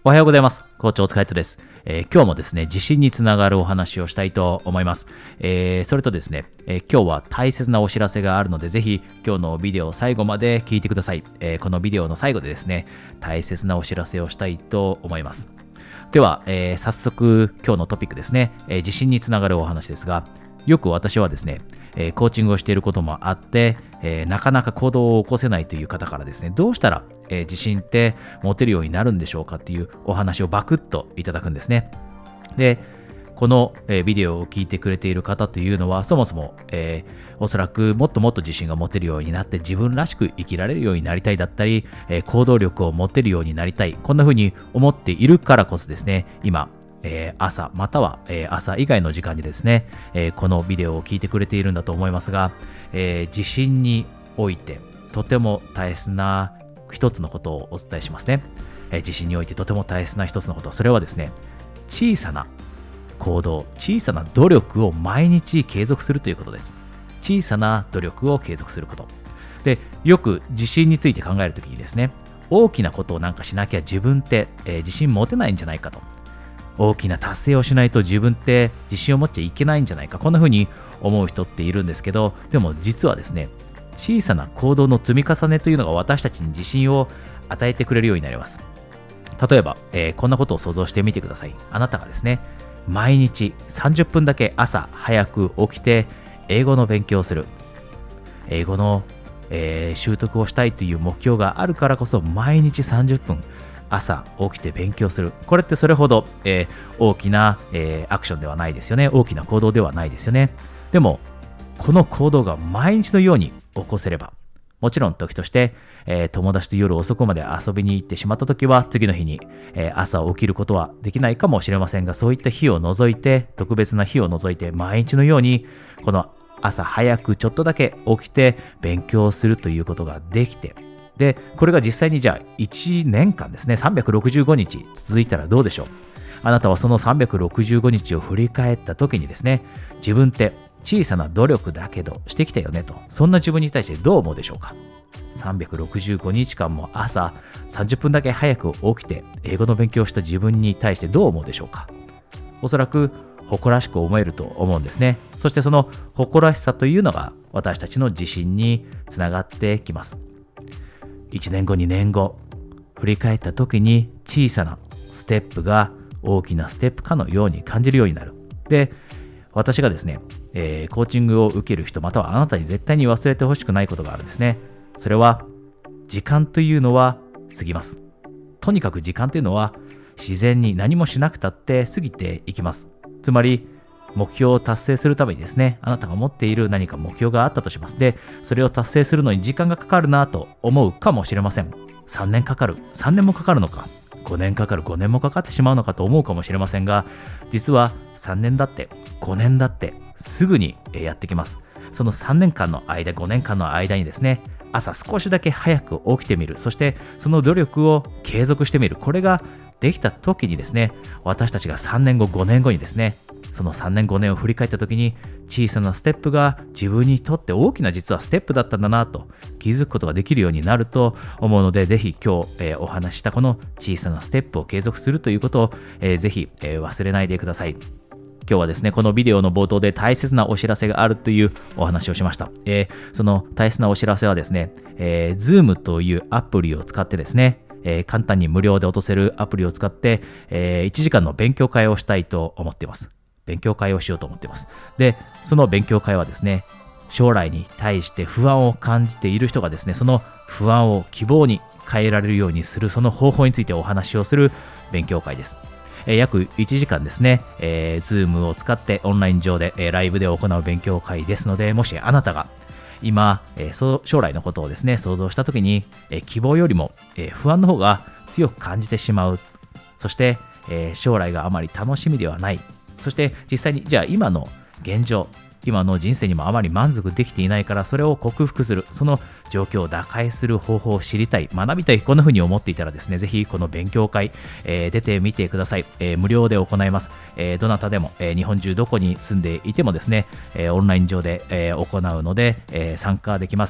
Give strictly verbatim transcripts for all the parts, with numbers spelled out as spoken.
おはようございます。コーチお疲れ様です、えー。今日もですね、自信につながるお話をしたいと思います。えー、それとですね、えー、今日は大切なお知らせがあるので、ぜひ今日のビデオを最後まで聞いてください。えー、このビデオの最後でですね、大切なお知らせをしたいと思います。では、えー、早速今日のトピックですね、えー、自信につながるお話ですが、よく私はですね、えー、コーチングをしていることもあって、えー、なかなか行動を起こせないという方からですね、どうしたら、えー、自信って持てるようになるんでしょうかっていうお話をバクッといただくんですね。で、この、えー、ビデオを聞いてくれている方というのは、そもそも、えー、おそらくもっともっと自信が持てるようになって、自分らしく生きられるようになりたいだったり、えー、行動力を持てるようになりたい、こんな風に思っているからこそですね、今、えー、朝または、えー、朝以外の時間にですね、えー、このビデオを聞いてくれているんだと思いますが、えー、自信においてとても大切な一つのことをお伝えしますね。えー、自信においてとても大切な一つのこと、それはですね、小さな行動、小さな努力を毎日継続するということです。小さな努力を継続することで、よく自信について考えるときにですね、大きなことをなんかしなきゃ自分って、えー、自信持てないんじゃないかと、大きな達成をしないと自分って自信を持っちゃいけないんじゃないか、こんな風に思う人っているんですけど、でも実はですね、小さな行動の積み重ねというのが私たちに自信を与えてくれるようになります。例えば、えー、こんなことを想像してみてください。あなたがですね、毎日さんじゅっぷんだけ朝早く起きて英語の勉強をする、英語の、えー、習得をしたいという目標があるからこそ、毎日さんじゅっぷん朝起きて勉強する。これってそれほど、えー、大きな、えー、アクションではないですよね。大きな行動ではないですよね。でも、この行動が毎日のように起こせれば、もちろん時として、えー、友達と夜遅くまで遊びに行ってしまったときは、次の日に、えー、朝起きることはできないかもしれませんが、そういった日を除いて、特別な日を除いて、毎日のように、この朝早くちょっとだけ起きて勉強するということができて、で、これが実際にじゃあいちねんかんですね、さんびゃくろくじゅうごにち続いたらどうでしょう。あなたはそのさんびゃくろくじゅうごにちを振り返った時にですね、自分って小さな努力だけどしてきたよねと、そんな自分に対してどう思うでしょうか。さんびゃくろくじゅうごにちかんも朝さんじゅっぷんだけ早く起きて英語の勉強をした自分に対してどう思うでしょうか。おそらく誇らしく思えると思うんですね。そしてその誇らしさというのが私たちの自信につながってきます。いちねんご、にねんご、振り返った時に小さなステップが大きなステップかのように感じるようになる。で、私がですね、えー、コーチングを受ける人、またはあなたに絶対に忘れてほしくないことがあるんですね。それは、時間というのは過ぎます。とにかく時間というのは自然に何もしなくたって過ぎていきます。つまり、目標を達成するためにですね、あなたが持っている何か目標があったとします。で、それを達成するのに時間がかかるなと思うかもしれません。さんねんかかる、さんねんもかかるのか、ごねんかかる、ごねんもかかってしまうのかと思うかもしれませんが、実はさんねんだってごねんだってすぐにやってきます。そのさんねんかんの間、ごねんかんの間にですね、朝少しだけ早く起きてみる、そしてその努力を継続してみる、これができた時にですね、私たちがさんねんご、ごねんごにですね、そのさんねんごねんを振り返った時に、小さなステップが自分にとって大きな実はステップだったんだなと気づくことができるようになると思うので、ぜひ今日、えー、お話ししたこの小さなステップを継続するということを、えー、ぜひ、えー、忘れないでください。今日はですね、このビデオの冒頭で大切なお知らせがあるというお話をしました。えー、その大切なお知らせはですね、えー、Zoom というアプリを使ってですね、えー、簡単に無料で落とせるアプリを使って、えー、いちじかんの勉強会をしたいと思っています。勉強会をしようと思っています。で、その勉強会はですね、将来に対して不安を感じている人がですね、その不安を希望に変えられるようにする、その方法についてお話をする勉強会です。えー、約いちじかんですね、えー、Zoom を使ってオンライン上で、えー、ライブで行う勉強会ですので、もしあなたが今、えー、将来のことをですね、想像したときに、えー、希望よりも、えー、不安の方が強く感じてしまう。そして、えー、将来があまり楽しみではない。そして実際にじゃあ今の現状、今の人生にもあまり満足できていないから、それを克服する、その状況を打開する方法を知りたい、学びたい、こんな風に思っていたらですね、ぜひこの勉強会、えー、出てみてください。えー、無料で行います。えー、どなたでも、えー、日本中どこに住んでいてもですね、えー、オンライン上で、えー、行うので、えー、参加できます。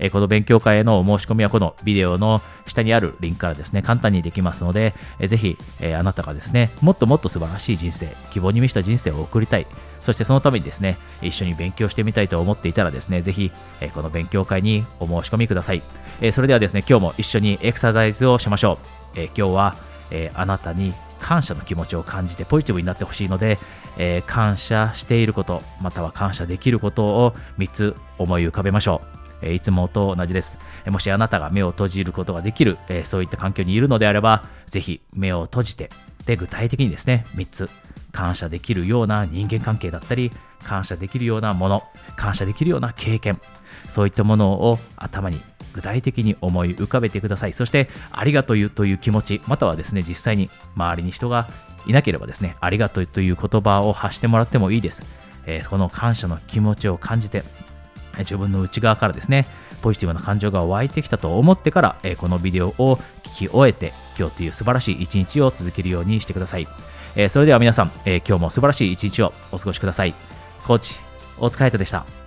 えー、この勉強会へのお申し込みはこのビデオの下にあるリンクからですね、簡単にできますので、えー、ぜひ、えー、あなたがですね、もっともっと素晴らしい人生、希望に満ちた人生を送りたい、そしてそのためにですね、一緒に勉強してみたいと思っていたらですね、ぜひ、えー、この勉強会にお申し込みください。えー、それではですね、今日も一緒にエクササイズをしましょう。えー、今日は、えー、あなたに感謝の気持ちを感じてポジティブになってほしいので、えー、感謝していること、または感謝できることをみっつ思い浮かべましょう。えー、いつもと同じです。えー、もしあなたが目を閉じることができる、えー、そういった環境にいるのであれば、ぜひ目を閉じて、で、具体的にですね、みっつ感謝できるような人間関係だったり、感謝できるようなもの、感謝できるような経験、そういったものを頭に具体的に思い浮かべてください。そしてありがとうという気持ち、またはですね、実際に周りに人がいなければですね、ありがとうという言葉を発してもらってもいいです。えー、この感謝の気持ちを感じて、自分の内側からですね、ポジティブな感情が湧いてきたと思ってから、えー、このビデオを聞き終えて、今日という素晴らしい一日を続けるようにしてください。えー、それでは皆さん、えー、今日も素晴らしい一日をお過ごしください。コーチ、大塚海人でした。